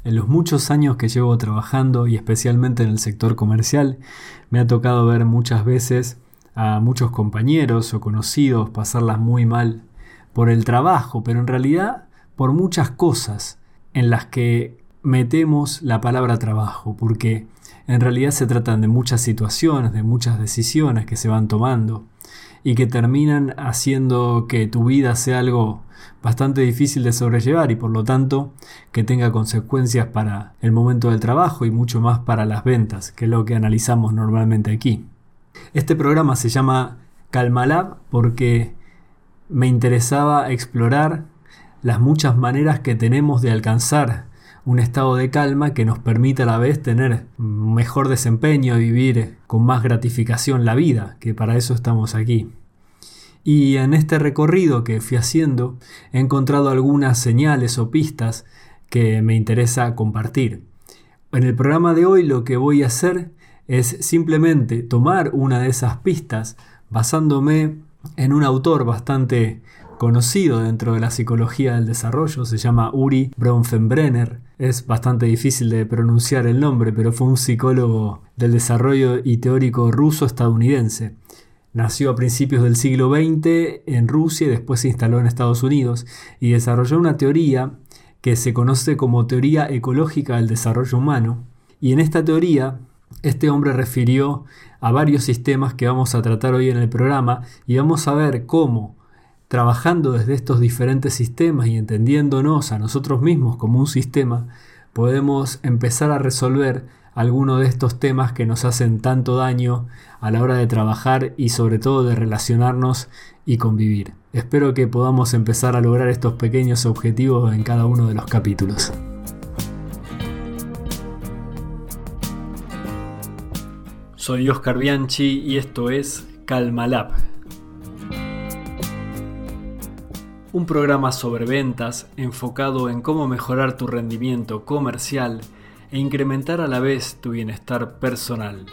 En los muchos años que llevo trabajando y especialmente en el sector comercial, me ha tocado ver muchas veces a muchos compañeros o conocidos pasarlas muy mal por el trabajo, pero en realidad por muchas cosas en las que metemos la palabra trabajo, porque en realidad se tratan de muchas situaciones, de muchas decisiones que se van tomando y que terminan haciendo que tu vida sea algo bastante difícil de sobrellevar y por lo tanto que tenga consecuencias para el momento del trabajo y mucho más para las ventas, que es lo que analizamos normalmente aquí. Este programa se llama Calma Lab porque me interesaba explorar las muchas maneras que tenemos de alcanzar un estado de calma que nos permita a la vez tener un mejor desempeño y vivir con más gratificación la vida, que para eso estamos aquí. Y en este recorrido que fui haciendo he encontrado algunas señales o pistas que me interesa compartir. En el programa de hoy lo que voy a hacer es simplemente tomar una de esas pistas basándome en un autor bastante conocido dentro de la psicología del desarrollo, se llama Urie Bronfenbrenner. Es bastante difícil de pronunciar el nombre, pero fue un psicólogo del desarrollo y teórico ruso-estadounidense. Nació a principios del siglo XX en Rusia y después se instaló en Estados Unidos y desarrolló una teoría que se conoce como teoría ecológica del desarrollo humano. Y en esta teoría, este hombre refirió a varios sistemas que vamos a tratar hoy en el programa y vamos a ver cómo, trabajando desde estos diferentes sistemas y entendiéndonos a nosotros mismos como un sistema, podemos empezar a resolver algunos de estos temas que nos hacen tanto daño a la hora de trabajar y sobre todo de relacionarnos y convivir. Espero que podamos empezar a lograr estos pequeños objetivos en cada uno de los capítulos. Soy Oscar Bianchi y esto es Calma Lab. Un programa sobre ventas enfocado en cómo mejorar tu rendimiento comercial e incrementar a la vez tu bienestar personal.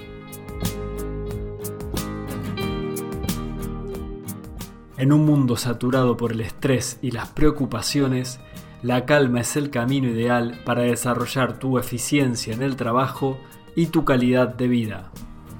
En un mundo saturado por el estrés y las preocupaciones, la calma es el camino ideal para desarrollar tu eficiencia en el trabajo y tu calidad de vida.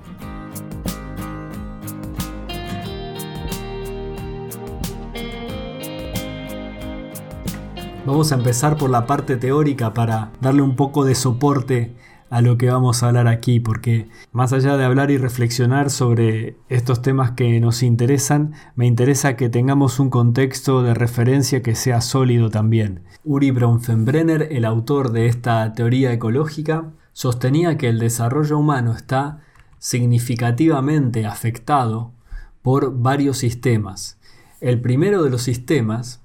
Vamos a empezar por la parte teórica para darle un poco de soporte a lo que vamos a hablar aquí, porque más allá de hablar y reflexionar sobre estos temas que nos interesan, me interesa que tengamos un contexto de referencia que sea sólido también. Urie Bronfenbrenner, el autor de esta teoría ecológica, sostenía que el desarrollo humano está significativamente afectado por varios sistemas. El primero de los sistemas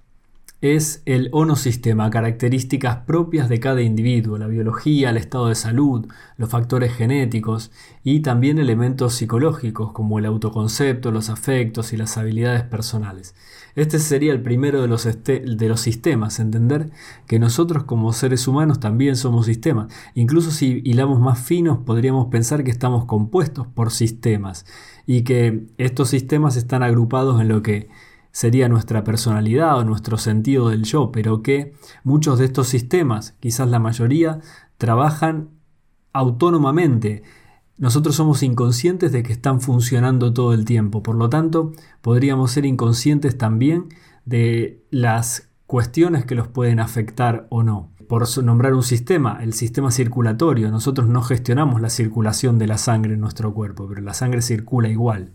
es el onosistema, características propias de cada individuo, la biología, el estado de salud, los factores genéticos y también elementos psicológicos como el autoconcepto, los afectos y las habilidades personales. Este sería el primero de los sistemas, entender que nosotros como seres humanos también somos sistemas. Incluso si hilamos más finos podríamos pensar que estamos compuestos por sistemas y que estos sistemas están agrupados en lo que sería nuestra personalidad o nuestro sentido del yo, pero que muchos de estos sistemas, quizás la mayoría, trabajan autónomamente. Nosotros somos inconscientes de que están funcionando todo el tiempo, por lo tanto, podríamos ser inconscientes también de las cuestiones que los pueden afectar o no. Por nombrar un sistema, el sistema circulatorio, nosotros no gestionamos la circulación de la sangre en nuestro cuerpo, pero la sangre circula igual.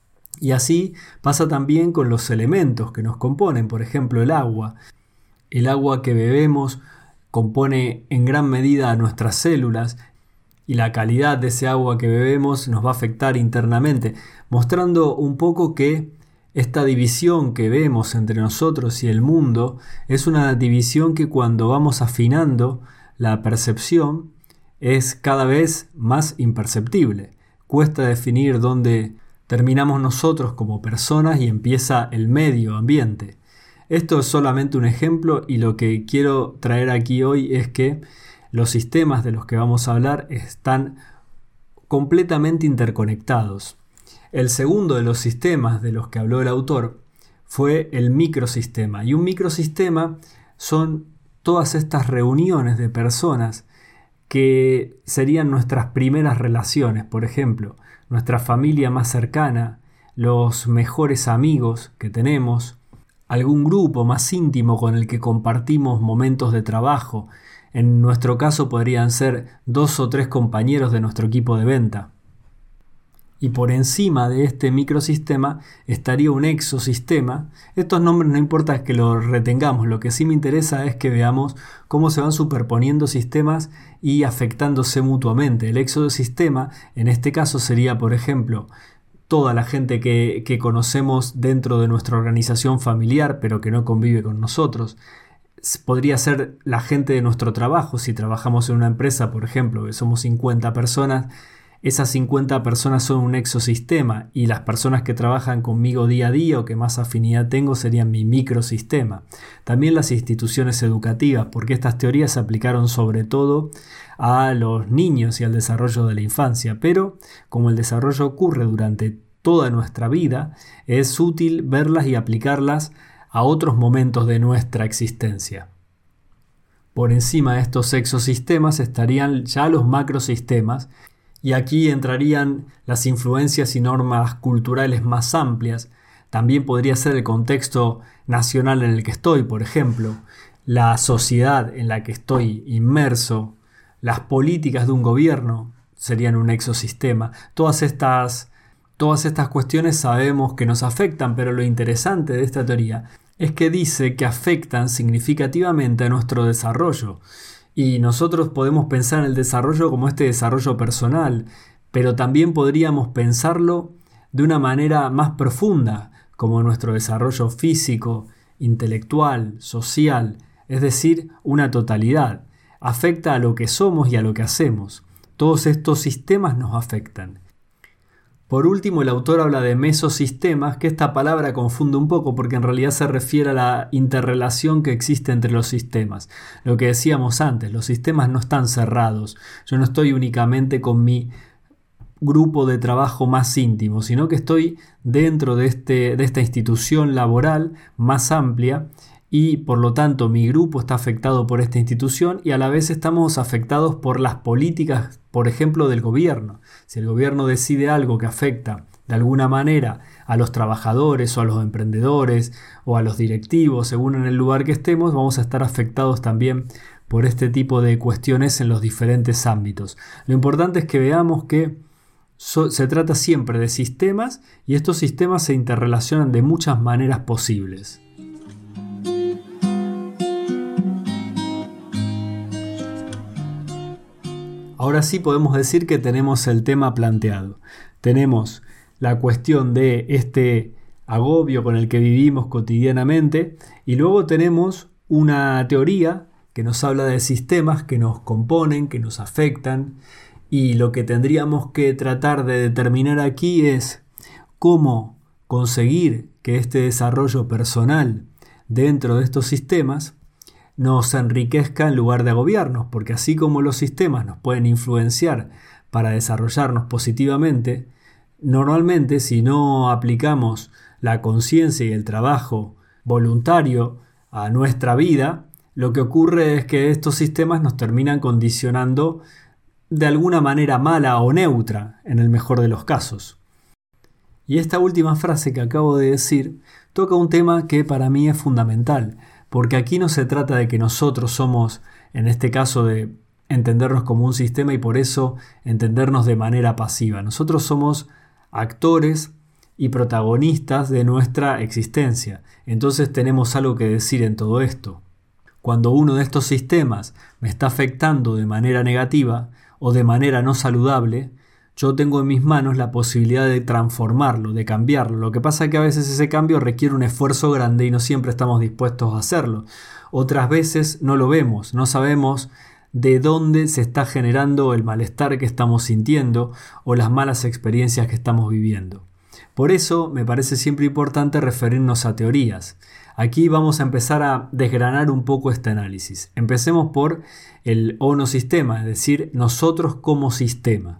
Y así pasa también con los elementos que nos componen, por ejemplo el agua. El agua que bebemos compone en gran medida a nuestras células y la calidad de ese agua que bebemos nos va a afectar internamente, mostrando un poco que esta división que vemos entre nosotros y el mundo es una división que cuando vamos afinando la percepción es cada vez más imperceptible. Cuesta definir dónde terminamos nosotros como personas y empieza el medio ambiente. Esto es solamente un ejemplo y lo que quiero traer aquí hoy es que los sistemas de los que vamos a hablar están completamente interconectados. El segundo de los sistemas de los que habló el autor fue el microsistema. Y un microsistema son todas estas reuniones de personas que serían nuestras primeras relaciones, por ejemplo, nuestra familia más cercana, los mejores amigos que tenemos, algún grupo más íntimo con el que compartimos momentos de trabajo. En nuestro caso podrían ser 2 o 3 compañeros de nuestro equipo de venta. Y por encima de este microsistema estaría un exosistema. Estos nombres no importa que los retengamos, lo que sí me interesa es que veamos cómo se van superponiendo sistemas y afectándose mutuamente. El exosistema en este caso sería, por ejemplo, toda la gente que conocemos dentro de nuestra organización familiar, pero que no convive con nosotros. Podría ser la gente de nuestro trabajo. Si trabajamos en una empresa, por ejemplo, que somos 50 personas, esas 50 personas son un exosistema y las personas que trabajan conmigo día a día o que más afinidad tengo serían mi microsistema. También las instituciones educativas, porque estas teorías se aplicaron sobre todo a los niños y al desarrollo de la infancia, pero como el desarrollo ocurre durante toda nuestra vida, es útil verlas y aplicarlas a otros momentos de nuestra existencia. Por encima de estos exosistemas estarían ya los macrosistemas, y aquí entrarían las influencias y normas culturales más amplias. También podría ser el contexto nacional en el que estoy, por ejemplo, la sociedad en la que estoy inmerso, las políticas de un gobierno serían un exosistema. Todas estas cuestiones sabemos que nos afectan, pero lo interesante de esta teoría es que dice que afectan significativamente a nuestro desarrollo. Y nosotros podemos pensar en el desarrollo como este desarrollo personal, pero también podríamos pensarlo de una manera más profunda, como nuestro desarrollo físico, intelectual, social, es decir, una totalidad. Afecta a lo que somos y a lo que hacemos. Todos estos sistemas nos afectan. Por último, el autor habla de mesosistemas, que esta palabra confunde un poco porque en realidad se refiere a la interrelación que existe entre los sistemas. Lo que decíamos antes, los sistemas no están cerrados. Yo no estoy únicamente con mi grupo de trabajo más íntimo, sino que estoy dentro de esta institución laboral más amplia y por lo tanto mi grupo está afectado por esta institución y a la vez estamos afectados por las políticas, por ejemplo, del gobierno. Si el gobierno decide algo que afecta de alguna manera a los trabajadores o a los emprendedores o a los directivos, según en el lugar que estemos, vamos a estar afectados también por este tipo de cuestiones en los diferentes ámbitos. Lo importante es que veamos que se trata siempre de sistemas y estos sistemas se interrelacionan de muchas maneras posibles. Ahora sí podemos decir que tenemos el tema planteado. Tenemos la cuestión de este agobio con el que vivimos cotidianamente y luego tenemos una teoría que nos habla de sistemas que nos componen, que nos afectan y lo que tendríamos que tratar de determinar aquí es cómo conseguir que este desarrollo personal dentro de estos sistemas nos enriquezca en lugar de agobiarnos, porque así como los sistemas nos pueden influenciar para desarrollarnos positivamente, normalmente si no aplicamos la conciencia y el trabajo voluntario a nuestra vida, lo que ocurre es que estos sistemas nos terminan condicionando de alguna manera mala o neutra, en el mejor de los casos. Y esta última frase que acabo de decir toca un tema que para mí es fundamental, porque aquí no se trata de que nosotros somos, en este caso, de entendernos como un sistema y por eso entendernos de manera pasiva. Nosotros somos actores y protagonistas de nuestra existencia. Entonces tenemos algo que decir en todo esto. Cuando uno de estos sistemas me está afectando de manera negativa o de manera no saludable, yo tengo en mis manos la posibilidad de transformarlo, de cambiarlo. Lo que pasa es que a veces ese cambio requiere un esfuerzo grande y no siempre estamos dispuestos a hacerlo. Otras veces no lo vemos, no sabemos de dónde se está generando el malestar que estamos sintiendo o las malas experiencias que estamos viviendo. Por eso me parece siempre importante referirnos a teorías. Aquí vamos a empezar a desgranar un poco este análisis. Empecemos por el onosistema, es decir, nosotros como sistema.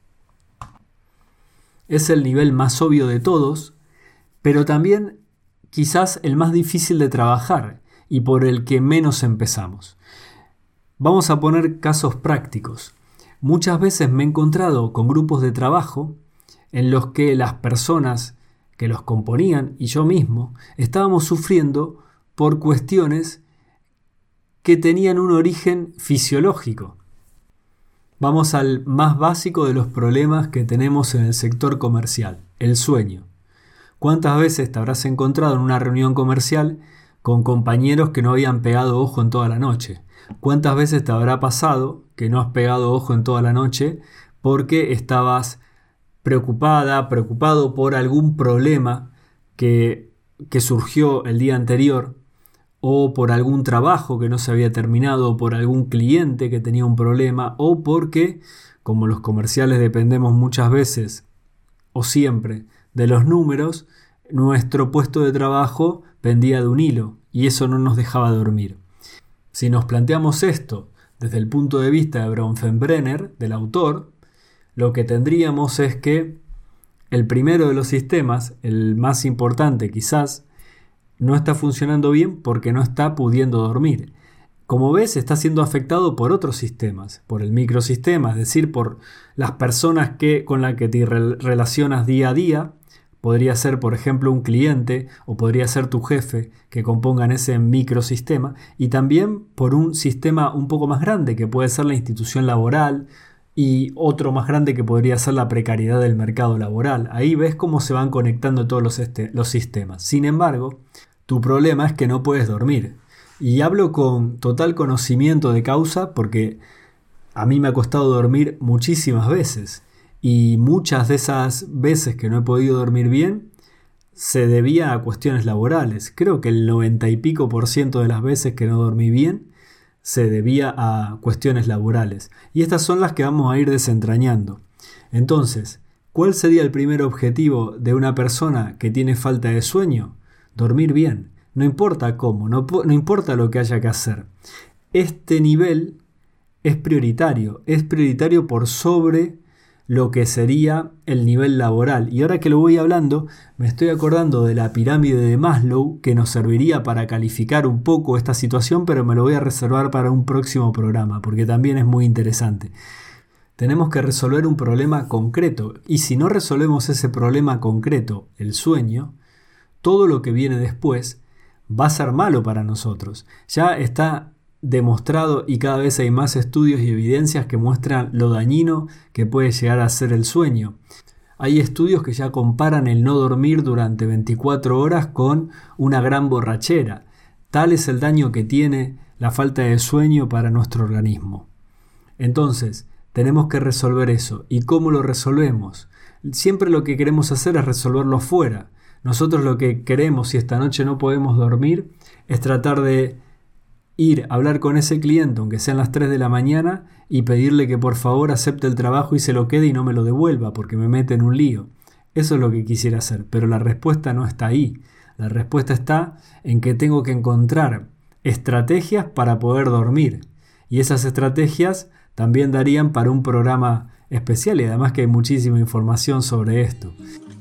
Es el nivel más obvio de todos, pero también quizás el más difícil de trabajar y por el que menos empezamos. Vamos a poner casos prácticos. Muchas veces me he encontrado con grupos de trabajo en los que las personas que los componían y yo mismo estábamos sufriendo por cuestiones que tenían un origen fisiológico. Vamos al más básico de los problemas que tenemos en el sector comercial, el sueño. ¿Cuántas veces te habrás encontrado en una reunión comercial con compañeros que no habían pegado ojo en toda la noche? ¿Cuántas veces te habrá pasado que no has pegado ojo en toda la noche porque estabas preocupado por algún problema que surgió el día anterior, o por algún trabajo que no se había terminado, o por algún cliente que tenía un problema, o porque, como los comerciales dependemos muchas veces o siempre de los números, nuestro puesto de trabajo pendía de un hilo y eso no nos dejaba dormir? Si nos planteamos esto desde el punto de vista de Bronfenbrenner, del autor, lo que tendríamos es que el primero de los sistemas, el más importante quizás, no está funcionando bien porque no está pudiendo dormir. Como ves, está siendo afectado por otros sistemas, por el microsistema, es decir, por las personas con las que te relacionas día a día. Podría ser, por ejemplo, un cliente o podría ser tu jefe que compongan ese microsistema, y también por un sistema un poco más grande que puede ser la institución laboral y otro más grande que podría ser la precariedad del mercado laboral. Ahí ves cómo se van conectando todos los sistemas. Sin embargo, tu problema es que no puedes dormir. Y hablo con total conocimiento de causa porque a mí me ha costado dormir muchísimas veces. Y muchas de esas veces que no he podido dormir bien se debía a cuestiones laborales. Creo que el 90 y pico % de las veces que no dormí bien se debía a cuestiones laborales. Y estas son las que vamos a ir desentrañando. Entonces, ¿cuál sería el primer objetivo de una persona que tiene falta de sueño? Dormir bien. No importa cómo, no importa lo que haya que hacer. Este nivel es prioritario por sobre lo que sería el nivel laboral. Y ahora que lo voy hablando, me estoy acordando de la pirámide de Maslow, que nos serviría para calificar un poco esta situación, pero me lo voy a reservar para un próximo programa, porque también es muy interesante. Tenemos que resolver un problema concreto, y si no resolvemos ese problema concreto, el sueño, todo lo que viene después va a ser malo para nosotros. Ya está demostrado y cada vez hay más estudios y evidencias que muestran lo dañino que puede llegar a ser el sueño. Hay estudios que ya comparan el no dormir durante 24 horas con una gran borrachera. Tal es el daño que tiene la falta de sueño para nuestro organismo. Entonces, tenemos que resolver eso. ¿Y cómo lo resolvemos? Siempre lo que queremos hacer es resolverlo afuera. Nosotros lo que queremos, si esta noche no podemos dormir, es tratar de ir a hablar con ese cliente, aunque sean las 3 de la mañana, y pedirle que por favor acepte el trabajo y se lo quede y no me lo devuelva porque me mete en un lío. Eso es lo que quisiera hacer, pero la respuesta no está ahí. La respuesta está en que tengo que encontrar estrategias para poder dormir. Y esas estrategias también darían para un programa especial, y además que hay muchísima información sobre esto.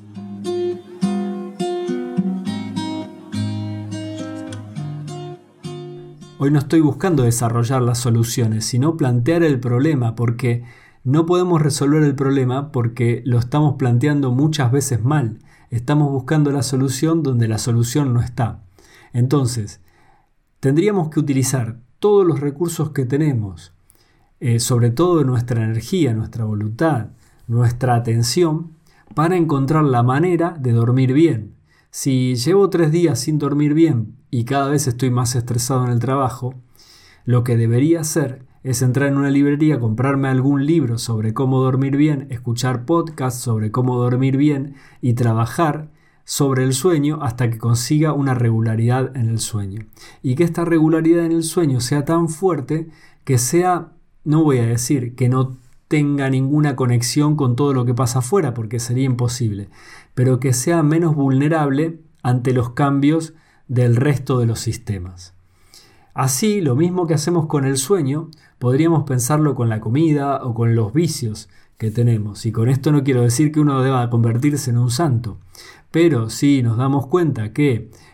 Hoy no estoy buscando desarrollar las soluciones, sino plantear el problema, porque no podemos resolver el problema porque lo estamos planteando muchas veces mal. Estamos buscando la solución donde la solución no está. Entonces, tendríamos que utilizar todos los recursos que tenemos, sobre todo nuestra energía, nuestra voluntad, nuestra atención, para encontrar la manera de dormir bien. Si llevo 3 días sin dormir bien y cada vez estoy más estresado en el trabajo, lo que debería hacer es entrar en una librería, comprarme algún libro sobre cómo dormir bien, escuchar podcasts sobre cómo dormir bien y trabajar sobre el sueño hasta que consiga una regularidad en el sueño. Y que esta regularidad en el sueño sea tan fuerte que sea, no voy a decir que no tenga ninguna conexión con todo lo que pasa afuera, porque sería imposible, pero que sea menos vulnerable ante los cambios del resto de los sistemas. Así, lo mismo que hacemos con el sueño, podríamos pensarlo con la comida o con los vicios que tenemos. Y con esto no quiero decir que uno deba convertirse en un santo, pero si nos damos cuenta que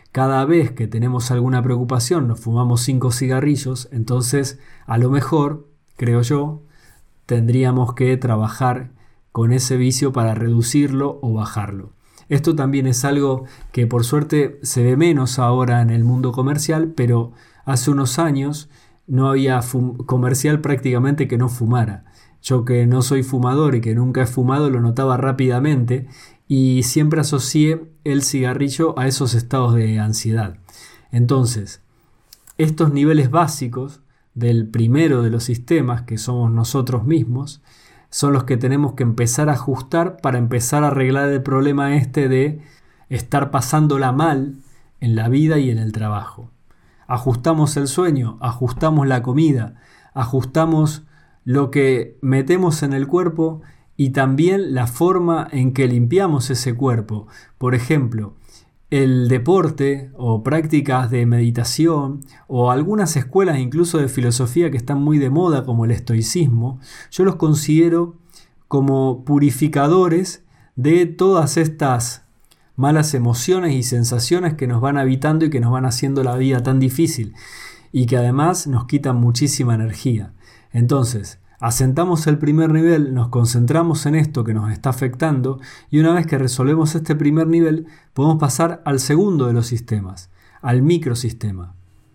cada vez que tenemos alguna preocupación nos fumamos 5 cigarrillos, entonces a lo mejor, creo yo, tendríamos que trabajar con ese vicio para reducirlo o bajarlo. Esto también es algo que por suerte se ve menos ahora en el mundo comercial, pero hace unos años no había comercial prácticamente que no fumara. Yo, que no soy fumador y que nunca he fumado, lo notaba rápidamente y siempre asocié el cigarrillo a esos estados de ansiedad. Entonces, estos niveles básicos del primero de los sistemas, que somos nosotros mismos, son los que tenemos que empezar a ajustar para empezar a arreglar el problema de estar pasándola mal en la vida y en el trabajo. Ajustamos el sueño, ajustamos la comida, ajustamos lo que metemos en el cuerpo y también la forma en que limpiamos ese cuerpo. Por ejemplo, el deporte o prácticas de meditación o algunas escuelas incluso de filosofía que están muy de moda, como el estoicismo, yo los considero como purificadores de todas estas malas emociones y sensaciones que nos van habitando y que nos van haciendo la vida tan difícil y que además nos quitan muchísima energía. Entonces, asentamos el primer nivel, nos concentramos en esto que nos está afectando y una vez que resolvemos este primer nivel podemos pasar al segundo de los sistemas, al microsistema.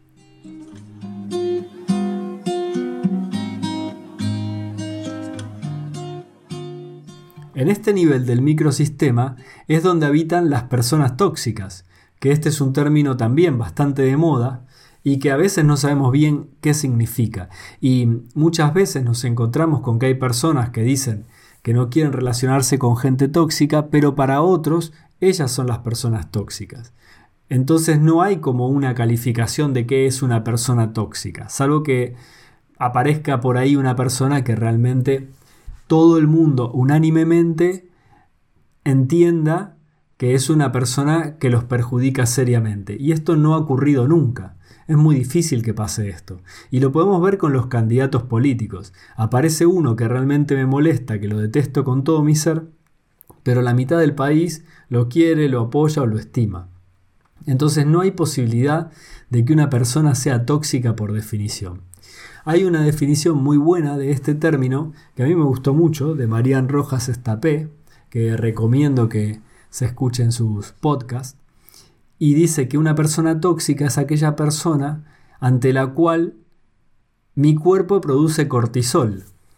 En este nivel del microsistema es donde habitan las personas tóxicas, que este es un término también bastante de moda y que a veces no sabemos bien qué significa. Y muchas veces nos encontramos con que hay personas que dicen que no quieren relacionarse con gente tóxica, pero para otros ellas son las personas tóxicas. Entonces no hay como una calificación de qué es una persona tóxica, salvo que aparezca por ahí una persona que realmente todo el mundo unánimemente entienda que es una persona que los perjudica seriamente. Y esto no ha ocurrido nunca. Es muy difícil que pase esto. Y lo podemos ver con los candidatos políticos. Aparece uno que realmente me molesta, que lo detesto con todo mi ser, pero la mitad del país lo quiere, lo apoya o lo estima. Entonces no hay posibilidad de que una persona sea tóxica por definición. Hay una definición muy buena de este término que a mí me gustó mucho, de Marian Rojas Estapé, que recomiendo que se escuchen sus podcasts, y dice que una persona tóxica es aquella persona ante la cual mi cuerpo produce cortisol.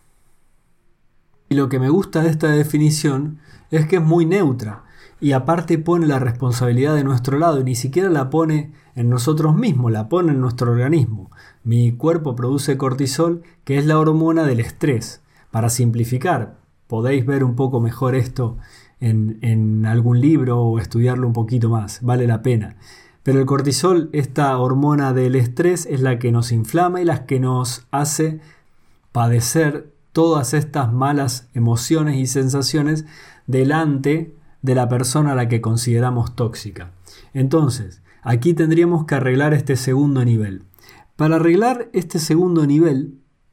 Y lo que me gusta de esta definición es que es muy neutra y aparte pone la responsabilidad de nuestro lado y ni siquiera la pone en nosotros mismos, la pone en nuestro organismo. Mi cuerpo produce cortisol, que es la hormona del estrés. Para simplificar, podéis ver un poco mejor esto en algún libro o estudiarlo un poquito más, vale la pena. Pero el cortisol, esta hormona del estrés, es la que nos inflama y la que nos hace padecer todas estas malas emociones y sensaciones delante de la persona a la que consideramos tóxica. Entonces, aquí tendríamos que arreglar este segundo nivel. Para arreglar este segundo nivel,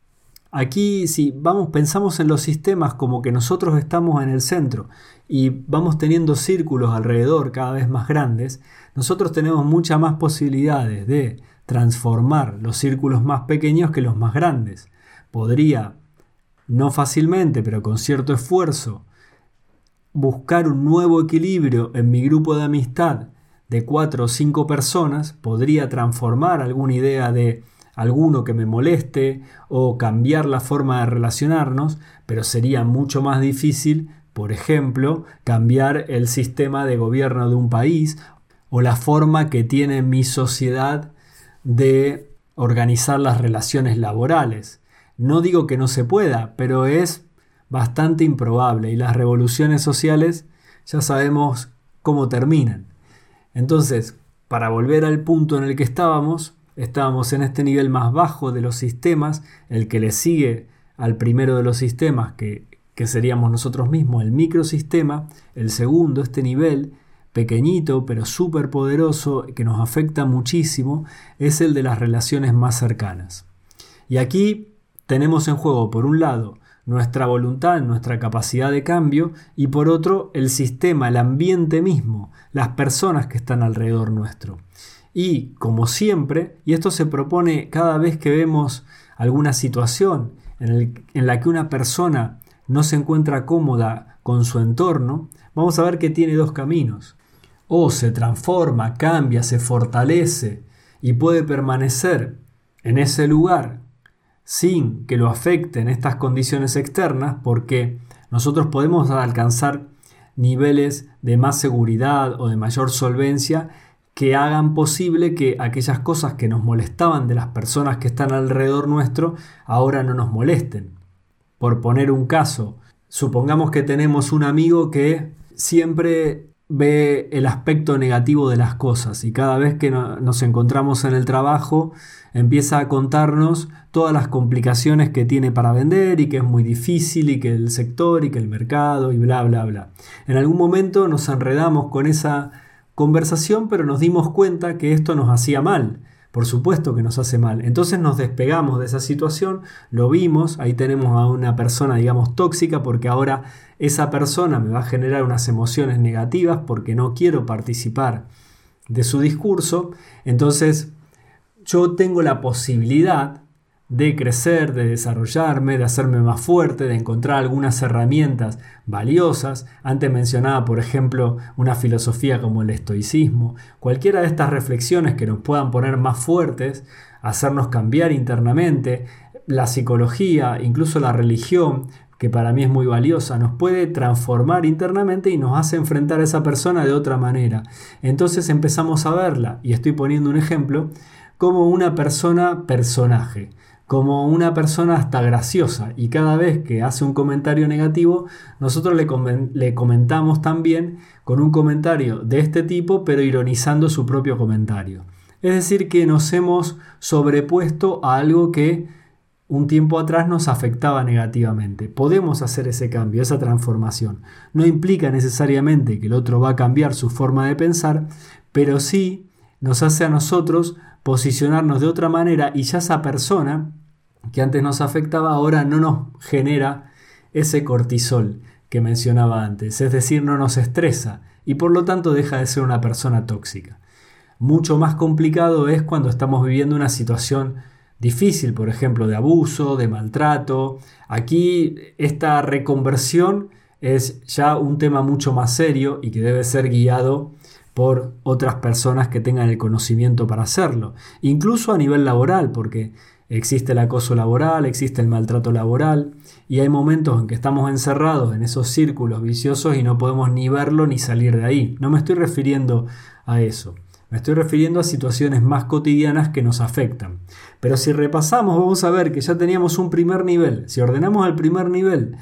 aquí si pensamos en los sistemas como que nosotros estamos en el centro y vamos teniendo círculos alrededor cada vez más grandes, nosotros tenemos muchas más posibilidades de transformar los círculos más pequeños que los más grandes. Podría, no fácilmente, pero con cierto esfuerzo, buscar un nuevo equilibrio en mi grupo de amistad de 4 o 5 personas, podría transformar alguna idea de alguno que me moleste o cambiar la forma de relacionarnos, pero sería mucho más difícil, por ejemplo, cambiar el sistema de gobierno de un país o la forma que tiene mi sociedad de organizar las relaciones laborales. No digo que no se pueda, pero es bastante improbable y las revoluciones sociales ya sabemos cómo terminan. Entonces, para volver al punto en el que estábamos en este nivel más bajo de los sistemas, el que le sigue al primero de los sistemas, que seríamos nosotros mismos, el microsistema. El segundo, este nivel pequeñito pero súper poderoso que nos afecta muchísimo, es el de las relaciones más cercanas. Y aquí tenemos en juego, por un lado, nuestra voluntad, nuestra capacidad de cambio, y por otro el sistema, el ambiente mismo, las personas que están alrededor nuestro. Y como siempre, y esto se propone cada vez que vemos alguna situación en la que una persona no se encuentra cómoda con su entorno, vamos a ver que tiene dos caminos. O se transforma, cambia, se fortalece y puede permanecer en ese lugar sin que lo afecten estas condiciones externas, porque nosotros podemos alcanzar niveles de más seguridad o de mayor solvencia que hagan posible que aquellas cosas que nos molestaban de las personas que están alrededor nuestro ahora no nos molesten. Por poner un caso, supongamos que tenemos un amigo que siempre ve el aspecto negativo de las cosas y cada vez que nos encontramos en el trabajo empieza a contarnos todas las complicaciones que tiene para vender y que es muy difícil y que el sector y que el mercado y bla bla bla. En algún momento nos enredamos con esa conversación, pero nos dimos cuenta que esto nos hacía mal. Por supuesto que nos hace mal. Entonces nos despegamos de esa situación, lo vimos, ahí tenemos a una persona, digamos, tóxica, porque ahora esa persona me va a generar unas emociones negativas porque no quiero participar de su discurso. Entonces yo tengo la posibilidad de crecer, de desarrollarme, de hacerme más fuerte, de encontrar algunas herramientas valiosas. Antes mencionaba, por ejemplo, una filosofía como el estoicismo. Cualquiera de estas reflexiones que nos puedan poner más fuertes, hacernos cambiar internamente, la psicología, incluso la religión, que para mí es muy valiosa, nos puede transformar internamente y nos hace enfrentar a esa persona de otra manera. Entonces empezamos a verla, y estoy poniendo un ejemplo, como una persona personaje, como una persona hasta graciosa, y cada vez que hace un comentario negativo nosotros le comentamos también con un comentario de este tipo, pero ironizando su propio comentario. Es decir, que nos hemos sobrepuesto a algo que un tiempo atrás nos afectaba negativamente. Podemos hacer ese cambio, esa transformación. No implica necesariamente que el otro va a cambiar su forma de pensar, pero sí nos hace a nosotros posicionarnos de otra manera, y ya esa persona que antes nos afectaba ahora no nos genera ese cortisol que mencionaba antes, es decir, no nos estresa y por lo tanto deja de ser una persona tóxica. Mucho más complicado es cuando estamos viviendo una situación difícil, por ejemplo, de abuso, de maltrato. Aquí esta reconversión es ya un tema mucho más serio y que debe ser guiado por otras personas que tengan el conocimiento para hacerlo, incluso a nivel laboral, porque existe el acoso laboral, existe el maltrato laboral, y hay momentos en que estamos encerrados en esos círculos viciosos y no podemos ni verlo ni salir de ahí. No me estoy refiriendo a eso, me estoy refiriendo a situaciones más cotidianas que nos afectan. Pero si repasamos, vamos a ver que ya teníamos un primer nivel. Si ordenamos el primer nivel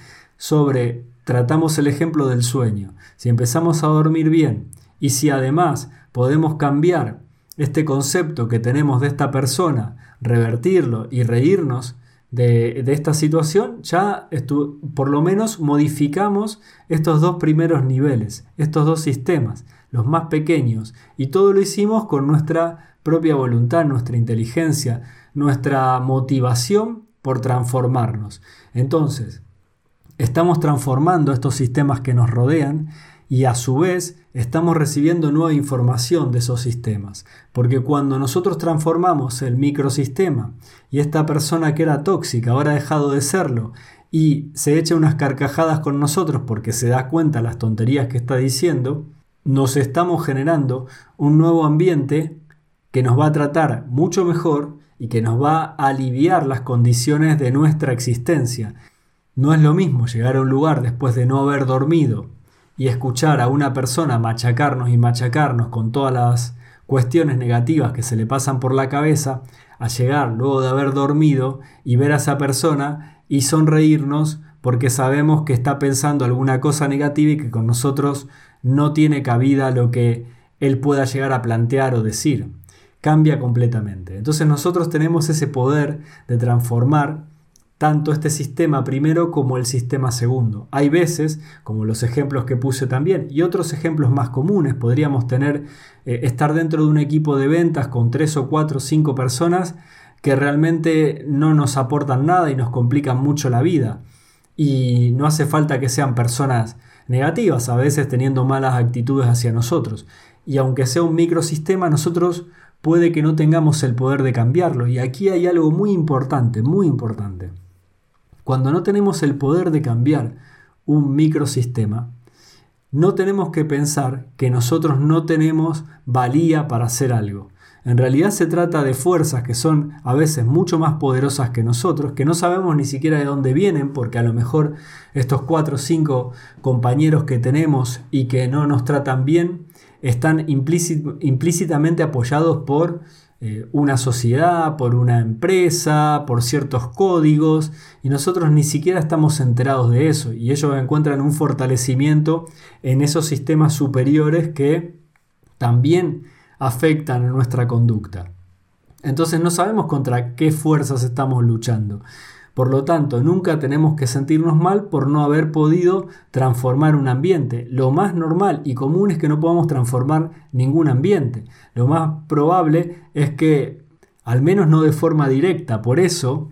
tratamos el ejemplo del sueño, si empezamos a dormir bien, y si además podemos cambiar este concepto que tenemos de esta persona, revertirlo y reírnos de esta situación, ya por lo menos modificamos estos dos primeros niveles, estos dos sistemas, los más pequeños, y todo lo hicimos con nuestra propia voluntad, nuestra inteligencia, nuestra motivación por transformarnos. Entonces, estamos transformando estos sistemas que nos rodean y a su vez estamos recibiendo nueva información de esos sistemas. Porque cuando nosotros transformamos el microsistema y esta persona que era tóxica ahora ha dejado de serlo y se echa unas carcajadas con nosotros porque se da cuenta de las tonterías que está diciendo, nos estamos generando un nuevo ambiente que nos va a tratar mucho mejor y que nos va a aliviar las condiciones de nuestra existencia. No es lo mismo llegar a un lugar después de no haber dormido y escuchar a una persona machacarnos y machacarnos con todas las cuestiones negativas que se le pasan por la cabeza, a llegar luego de haber dormido y ver a esa persona y sonreírnos porque sabemos que está pensando alguna cosa negativa y que con nosotros no tiene cabida lo que él pueda llegar a plantear o decir. Cambia completamente. Entonces nosotros tenemos ese poder de transformar tanto este sistema primero como el sistema segundo. Hay veces, como los ejemplos que puse también, y otros ejemplos más comunes, podríamos estar dentro de un equipo de ventas con 3 o 4 o 5 personas que realmente no nos aportan nada y nos complican mucho la vida. Y no hace falta que sean personas negativas, a veces teniendo malas actitudes hacia nosotros. Y aunque sea un microsistema, nosotros puede que no tengamos el poder de cambiarlo. Y aquí hay algo muy importante, muy importante. Cuando no tenemos el poder de cambiar un microsistema, no tenemos que pensar que nosotros no tenemos valía para hacer algo. En realidad se trata de fuerzas que son a veces mucho más poderosas que nosotros, que no sabemos ni siquiera de dónde vienen, porque a lo mejor estos 4 o 5 compañeros que tenemos y que no nos tratan bien, están implícitamente apoyados por una sociedad, por una empresa, por ciertos códigos, y nosotros ni siquiera estamos enterados de eso, y ellos encuentran un fortalecimiento en esos sistemas superiores que también afectan a nuestra conducta. Entonces no sabemos contra qué fuerzas estamos luchando. Por lo tanto, nunca tenemos que sentirnos mal por no haber podido transformar un ambiente. Lo más normal y común es que no podamos transformar ningún ambiente. Lo más probable es que, al menos no de forma directa, por eso,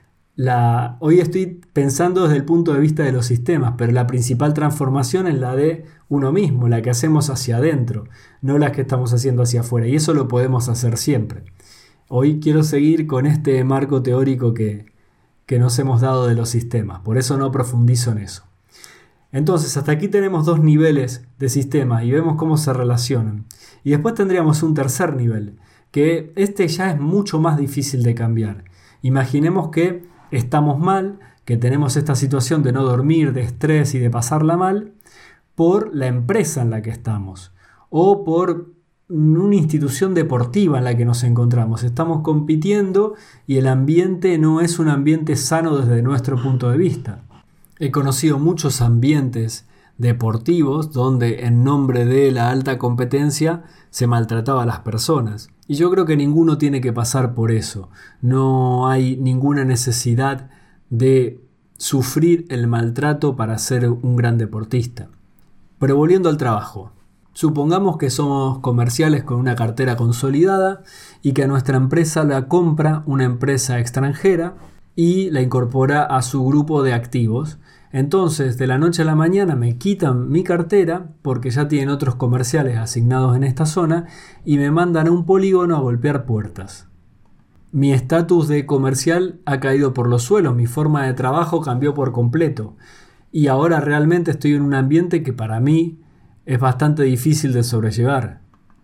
hoy estoy pensando desde el punto de vista de los sistemas, pero la principal transformación es la de uno mismo, la que hacemos hacia adentro, no la que estamos haciendo hacia afuera. Y eso lo podemos hacer siempre. Hoy quiero seguir con este marco teórico que nos hemos dado de los sistemas, por eso no profundizo en eso. Entonces, hasta aquí tenemos 2 niveles de sistemas y vemos cómo se relacionan. Y después tendríamos un tercer nivel, que este ya es mucho más difícil de cambiar. Imaginemos que estamos mal, que tenemos esta situación de no dormir, de estrés y de pasarla mal, por la empresa en la que estamos, o por una institución deportiva en la que nos encontramos. Estamos compitiendo y el ambiente no es un ambiente sano desde nuestro punto de vista. He conocido muchos ambientes deportivos donde en nombre de la alta competencia se maltrataba a las personas. Y yo creo que ninguno tiene que pasar por eso. No hay ninguna necesidad de sufrir el maltrato para ser un gran deportista. Pero volviendo al trabajo. Supongamos que somos comerciales con una cartera consolidada y que a nuestra empresa la compra una empresa extranjera y la incorpora a su grupo de activos. Entonces, de la noche a la mañana me quitan mi cartera porque ya tienen otros comerciales asignados en esta zona y me mandan a un polígono a golpear puertas. Mi estatus de comercial ha caído por los suelos, mi forma de trabajo cambió por completo y ahora realmente estoy en un ambiente que para mí es bastante difícil de sobrellevar.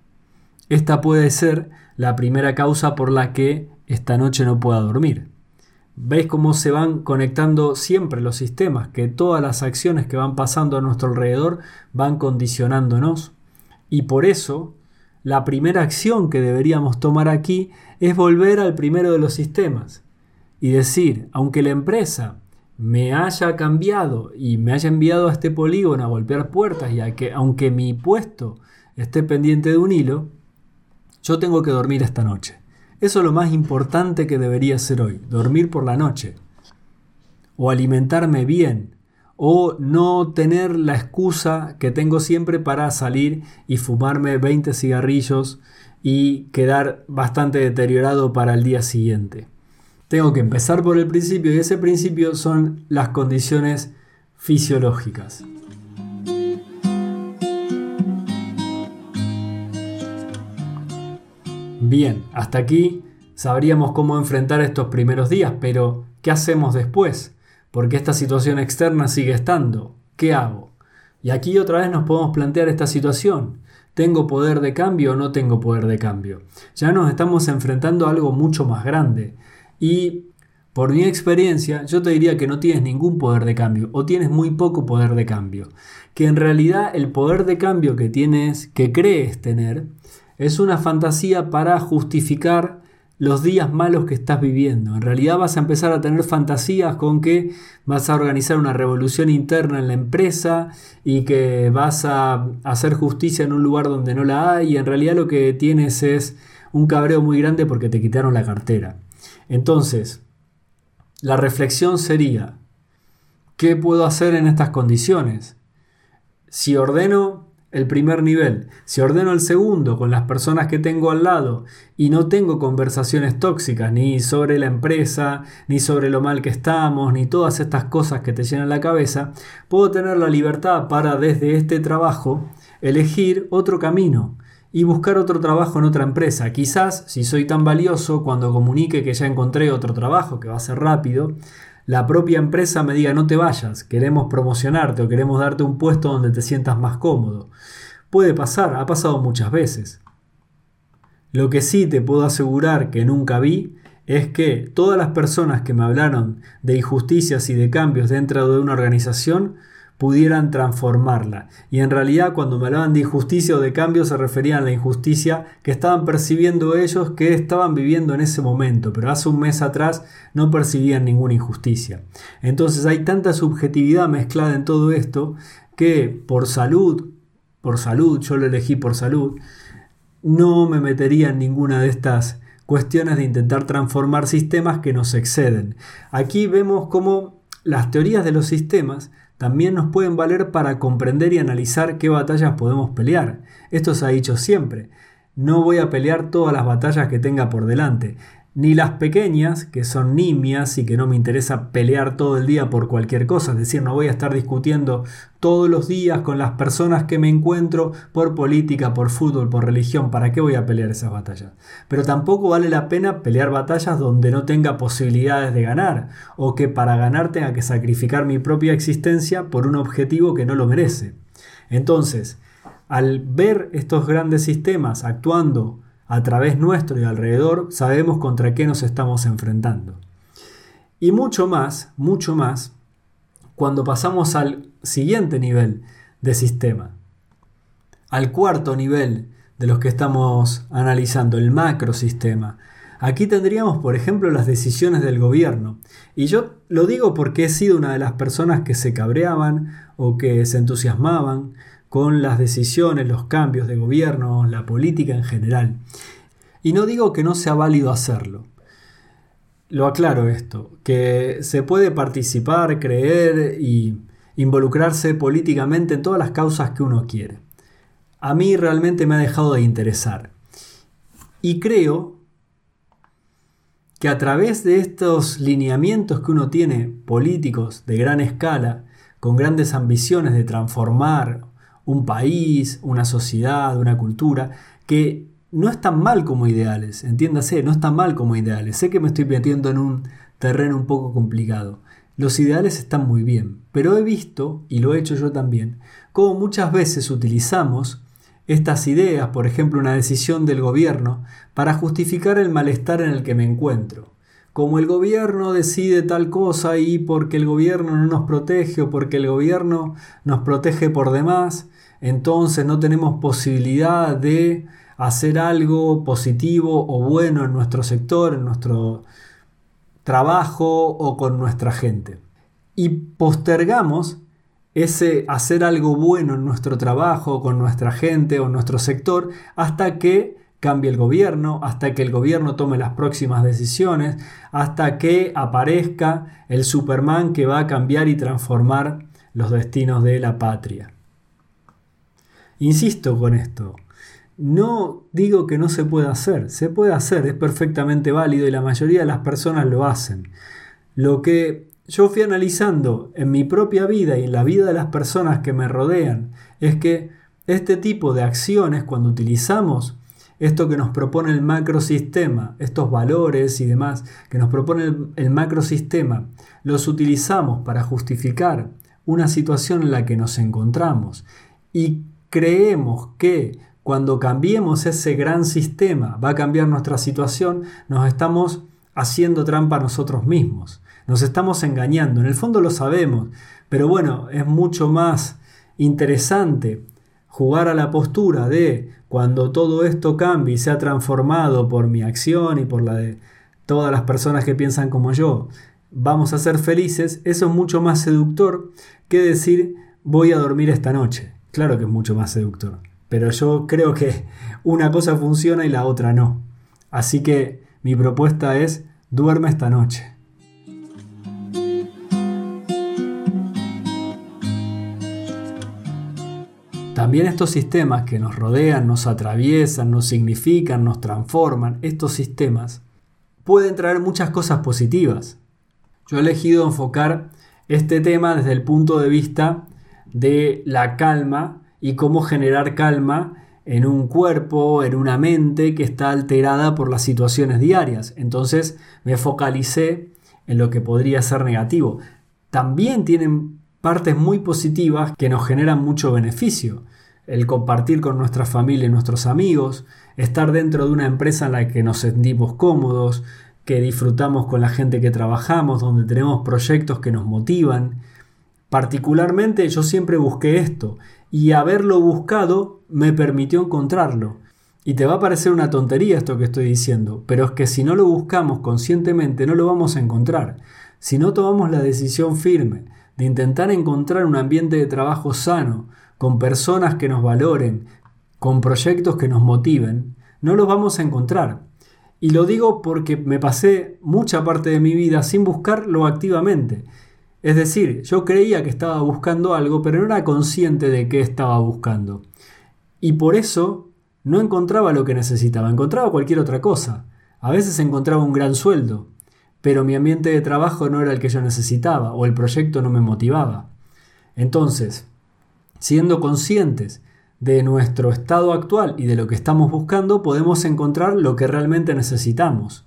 Esta puede ser la primera causa por la que esta noche no pueda dormir. ¿Veis cómo se van conectando siempre los sistemas? Que todas las acciones que van pasando a nuestro alrededor van condicionándonos. Y por eso, la primera acción que deberíamos tomar aquí es volver al primero de los sistemas. Y decir, aunque la empresa me haya cambiado y me haya enviado a este polígono a golpear puertas y aunque mi puesto esté pendiente de un hilo, yo tengo que dormir esta noche. Eso es lo más importante que debería hacer hoy, dormir por la noche. O alimentarme bien, o no tener la excusa que tengo siempre para salir y fumarme 20 cigarrillos y quedar bastante deteriorado para el día siguiente. Tengo que empezar por el principio y ese principio son las condiciones fisiológicas. Bien, hasta aquí sabríamos cómo enfrentar estos primeros días, pero ¿qué hacemos después? Porque esta situación externa sigue estando. ¿Qué hago? Y aquí otra vez nos podemos plantear esta situación. ¿Tengo poder de cambio o no tengo poder de cambio? Ya nos estamos enfrentando a algo mucho más grande. Y por mi experiencia, yo te diría que no tienes ningún poder de cambio o tienes muy poco poder de cambio. Que en realidad el poder de cambio que tienes, que crees tener, es una fantasía para justificar los días malos que estás viviendo. En realidad vas a empezar a tener fantasías con que vas a organizar una revolución interna en la empresa y que vas a hacer justicia en un lugar donde no la hay y en realidad lo que tienes es un cabreo muy grande porque te quitaron la cartera. Entonces, la reflexión sería, ¿qué puedo hacer en estas condiciones? Si ordeno el primer nivel. Si ordeno el segundo con las personas que tengo al lado y no tengo conversaciones tóxicas ni sobre la empresa, ni sobre lo mal que estamos, ni todas estas cosas que te llenan la cabeza, puedo tener la libertad para desde este trabajo elegir otro camino y buscar otro trabajo en otra empresa. Quizás, si soy tan valioso, cuando comunique que ya encontré otro trabajo, que va a ser rápido, la propia empresa me diga: no te vayas, queremos promocionarte o queremos darte un puesto donde te sientas más cómodo. Puede pasar, ha pasado muchas veces. Lo que sí te puedo asegurar que nunca vi es que todas las personas que me hablaron de injusticias y de cambios dentro de una organización pudieran transformarla. Y en realidad, cuando me hablaban de injusticia o de cambio, se referían a la injusticia que estaban percibiendo ellos, que estaban viviendo en ese momento, pero hace un mes atrás no percibían ninguna injusticia. Entonces hay tanta subjetividad mezclada en todo esto que por salud, yo lo elegí por salud, no me metería en ninguna de estas cuestiones de intentar transformar sistemas que nos exceden. Aquí vemos cómo las teorías de los sistemas también nos pueden valer para comprender y analizar qué batallas podemos pelear. Esto se ha dicho siempre. No voy a pelear todas las batallas que tenga por delante, ni las pequeñas, que son nimias y que no me interesa pelear todo el día por cualquier cosa. Es decir, no voy a estar discutiendo todos los días con las personas que me encuentro por política, por fútbol, por religión. ¿Para qué voy a pelear esas batallas? Pero tampoco vale la pena pelear batallas donde no tenga posibilidades de ganar, o que para ganar tenga que sacrificar mi propia existencia por un objetivo que no lo merece. Entonces, al ver estos grandes sistemas actuando a través nuestro y alrededor, sabemos contra qué nos estamos enfrentando. Y mucho más, cuando pasamos al siguiente nivel de sistema, al cuarto nivel de los que estamos analizando, el macrosistema. Aquí tendríamos, por ejemplo, las decisiones del gobierno. Y yo lo digo porque he sido una de las personas que se cabreaban o que se entusiasmaban con las decisiones, los cambios de gobierno, la política en general. Y no digo que no sea válido hacerlo. Lo aclaro esto, que se puede participar, creer y involucrarse políticamente en todas las causas que uno quiere. A mí realmente me ha dejado de interesar. Y creo que a través de estos lineamientos que uno tiene, políticos de gran escala, con grandes ambiciones de transformar un país, una sociedad, una cultura, que no están mal como ideales, entiéndase, no están mal como ideales. Sé que me estoy metiendo en un terreno un poco complicado. Los ideales están muy bien, pero he visto, y lo he hecho yo también, cómo muchas veces utilizamos estas ideas, por ejemplo una decisión del gobierno, para justificar el malestar en el que me encuentro. Como el gobierno decide tal cosa y porque el gobierno no nos protege o porque el gobierno nos protege por demás, entonces no tenemos posibilidad de hacer algo positivo o bueno en nuestro sector, en nuestro trabajo o con nuestra gente. Y postergamos ese hacer algo bueno en nuestro trabajo, con nuestra gente o en nuestro sector, hasta que cambie el gobierno, hasta que el gobierno tome las próximas decisiones, hasta que aparezca el Superman que va a cambiar y transformar los destinos de la patria. Insisto con esto, no digo que no se pueda hacer, se puede hacer, es perfectamente válido y la mayoría de las personas lo hacen. Lo que yo fui analizando en mi propia vida y en la vida de las personas que me rodean es que este tipo de acciones, cuando utilizamos esto que nos propone el macrosistema, estos valores y demás que nos propone el macrosistema, los utilizamos para justificar una situación en la que nos encontramos y creemos que cuando cambiemos ese gran sistema va a cambiar nuestra situación, nos estamos haciendo trampa a nosotros mismos. Nos estamos engañando. En el fondo lo sabemos, pero bueno, es mucho más interesante jugar a la postura de cuando todo esto cambie y sea transformado por mi acción y por la de todas las personas que piensan como yo, vamos a ser felices. Eso es mucho más seductor que decir voy a dormir esta noche. Claro que es mucho más seductor, pero yo creo que una cosa funciona y la otra no. Así que mi propuesta es duerme esta noche. también estos sistemas que nos rodean, nos atraviesan, nos significan, nos transforman, estos sistemas pueden traer muchas cosas positivas. Yo he elegido enfocar este tema desde el punto de vista de la calma y cómo generar calma en un cuerpo, en una mente que está alterada por las situaciones diarias. Entonces me focalicé en lo que podría ser negativo. También tienen partes muy positivas que nos generan mucho beneficio. El compartir con nuestra familia y nuestros amigos, estar dentro de una empresa en la que nos sentimos cómodos, que disfrutamos con la gente que trabajamos, donde tenemos proyectos que nos motivan. Particularmente yo siempre busqué esto y haberlo buscado me permitió encontrarlo. Y te va a parecer una tontería esto que estoy diciendo, pero es que si no lo buscamos conscientemente no lo vamos a encontrar. Si no tomamos la decisión firme de intentar encontrar un ambiente de trabajo sano, con personas que nos valoren, con proyectos que nos motiven, no los vamos a encontrar. Y lo digo porque me pasé mucha parte de mi vida sin buscarlo activamente. Es decir, yo creía que estaba buscando algo, pero no era consciente de qué estaba buscando. Y por eso no encontraba lo que necesitaba, encontraba cualquier otra cosa. A veces encontraba un gran sueldo, pero mi ambiente de trabajo no era el que yo necesitaba o el proyecto no me motivaba. Entonces, siendo conscientes de nuestro estado actual y de lo que estamos buscando, podemos encontrar lo que realmente necesitamos.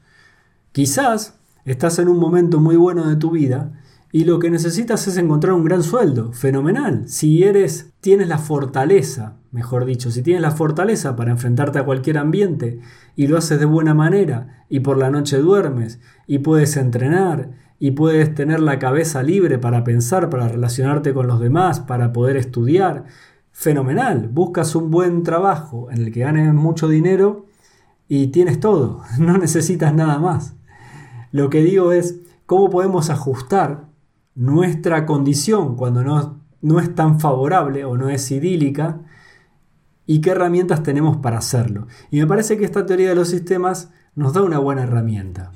Quizás estás en un momento muy bueno de tu vida y lo que necesitas es encontrar un gran sueldo. Fenomenal. Si tienes la fortaleza, mejor dicho, si tienes la fortaleza para enfrentarte a cualquier ambiente y lo haces de buena manera y por la noche duermes y puedes entrenar y puedes tener la cabeza libre para pensar, para relacionarte con los demás, para poder estudiar, fenomenal. Buscas un buen trabajo en el que ganes mucho dinero y tienes todo. No necesitas nada más. Lo que digo es cómo podemos ajustar nuestra condición cuando no es tan favorable o no es idílica y qué herramientas tenemos para hacerlo. Y me parece que esta teoría de los sistemas nos da una buena herramienta.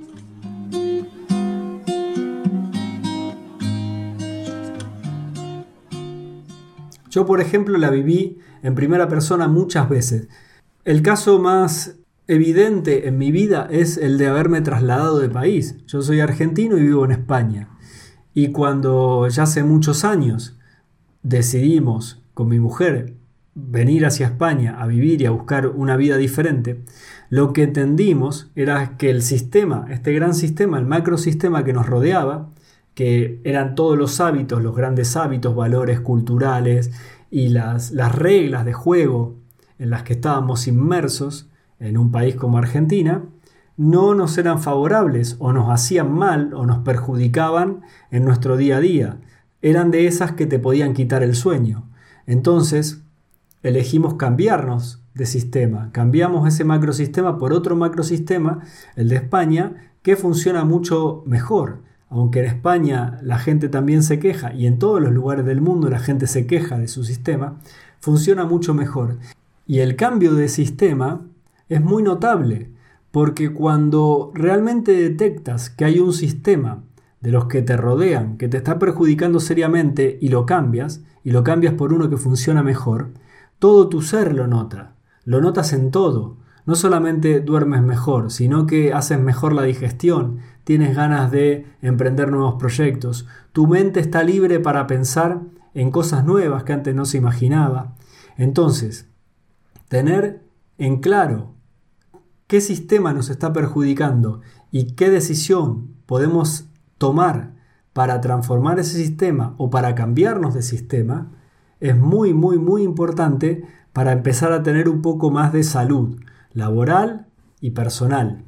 Yo, por ejemplo, la viví en primera persona muchas veces. El caso más evidente en mi vida es el de haberme trasladado de país. Yo soy argentino y vivo en España. Y cuando ya hace muchos años decidimos con mi mujer venir hacia España a vivir y a buscar una vida diferente, lo que entendimos era que el sistema, este gran sistema, el macrosistema que nos rodeaba, que eran todos los hábitos, los grandes hábitos, valores culturales y las reglas de juego en las que estábamos inmersos en un país como Argentina, no nos eran favorables o nos hacían mal o nos perjudicaban en nuestro día a día. Eran de esas que te podían quitar el sueño. Entonces elegimos cambiarnos de sistema. Cambiamos ese macrosistema por otro macrosistema, el de España, que funciona mucho mejor. Aunque en España la gente también se queja y en todos los lugares del mundo la gente se queja de su sistema, funciona mucho mejor. Y el cambio de sistema es muy notable, porque cuando realmente detectas que hay un sistema de los que te rodean, que te está perjudicando seriamente y lo cambias por uno que funciona mejor, todo tu ser lo nota, lo notas en todo. No solamente duermes mejor, sino que haces mejor la digestión, tienes ganas de emprender nuevos proyectos, tu mente está libre para pensar en cosas nuevas que antes no se imaginaba. Entonces, tener en claro qué sistema nos está perjudicando y qué decisión podemos tomar para transformar ese sistema o para cambiarnos de sistema es muy, muy, muy importante para empezar a tener un poco más de salud laboral y personal.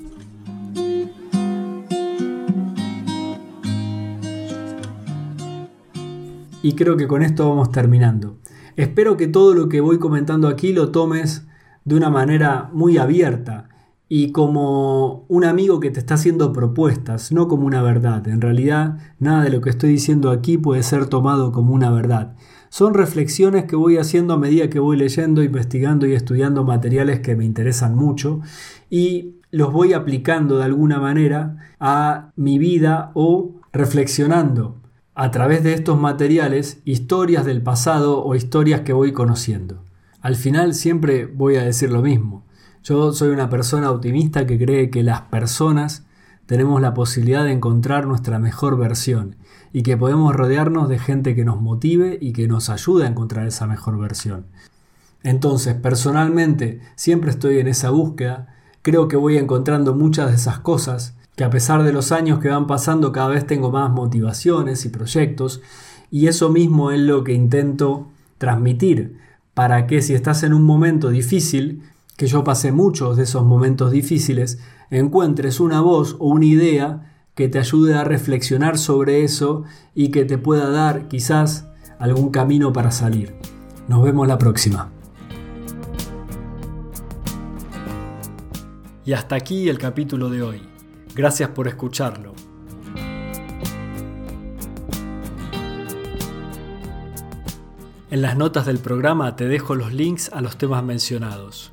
Y creo que con esto vamos terminando. Espero que todo lo que voy comentando aquí lo tomes de una manera muy abierta y como un amigo que te está haciendo propuestas, no como una verdad. En realidad, nada de lo que estoy diciendo aquí puede ser tomado como una verdad. Son reflexiones que voy haciendo a medida que voy leyendo, investigando y estudiando materiales que me interesan mucho y los voy aplicando de alguna manera a mi vida o reflexionando a través de estos materiales historias del pasado o historias que voy conociendo. Al final siempre voy a decir lo mismo. Yo soy una persona optimista que cree que las personas tenemos la posibilidad de encontrar nuestra mejor versión y que podemos rodearnos de gente que nos motive y que nos ayude a encontrar esa mejor versión. Entonces, personalmente, siempre estoy en esa búsqueda. Creo que voy encontrando muchas de esas cosas, que a pesar de los años que van pasando cada vez tengo más motivaciones y proyectos, y eso mismo es lo que intento transmitir, para que si estás en un momento difícil, que yo pasé muchos de esos momentos difíciles, encuentres una voz o una idea que te ayude a reflexionar sobre eso y que te pueda dar quizás algún camino para salir. Nos vemos la próxima. Y hasta aquí el capítulo de hoy. Gracias por escucharlo. En las notas del programa te dejo los links a los temas mencionados.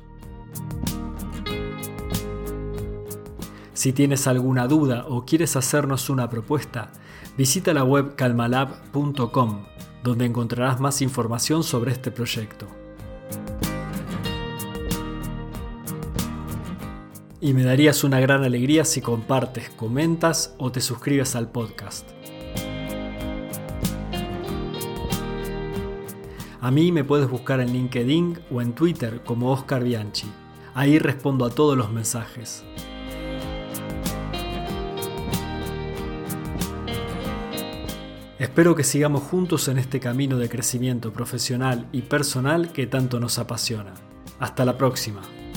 Si tienes alguna duda o quieres hacernos una propuesta, visita la web calmalab.com, donde encontrarás más información sobre este proyecto. Y me darías una gran alegría si compartes, comentas o te suscribes al podcast. A mí me puedes buscar en LinkedIn o en Twitter como Oscar Bianchi. Ahí respondo a todos los mensajes. Espero que sigamos juntos en este camino de crecimiento profesional y personal que tanto nos apasiona. Hasta la próxima.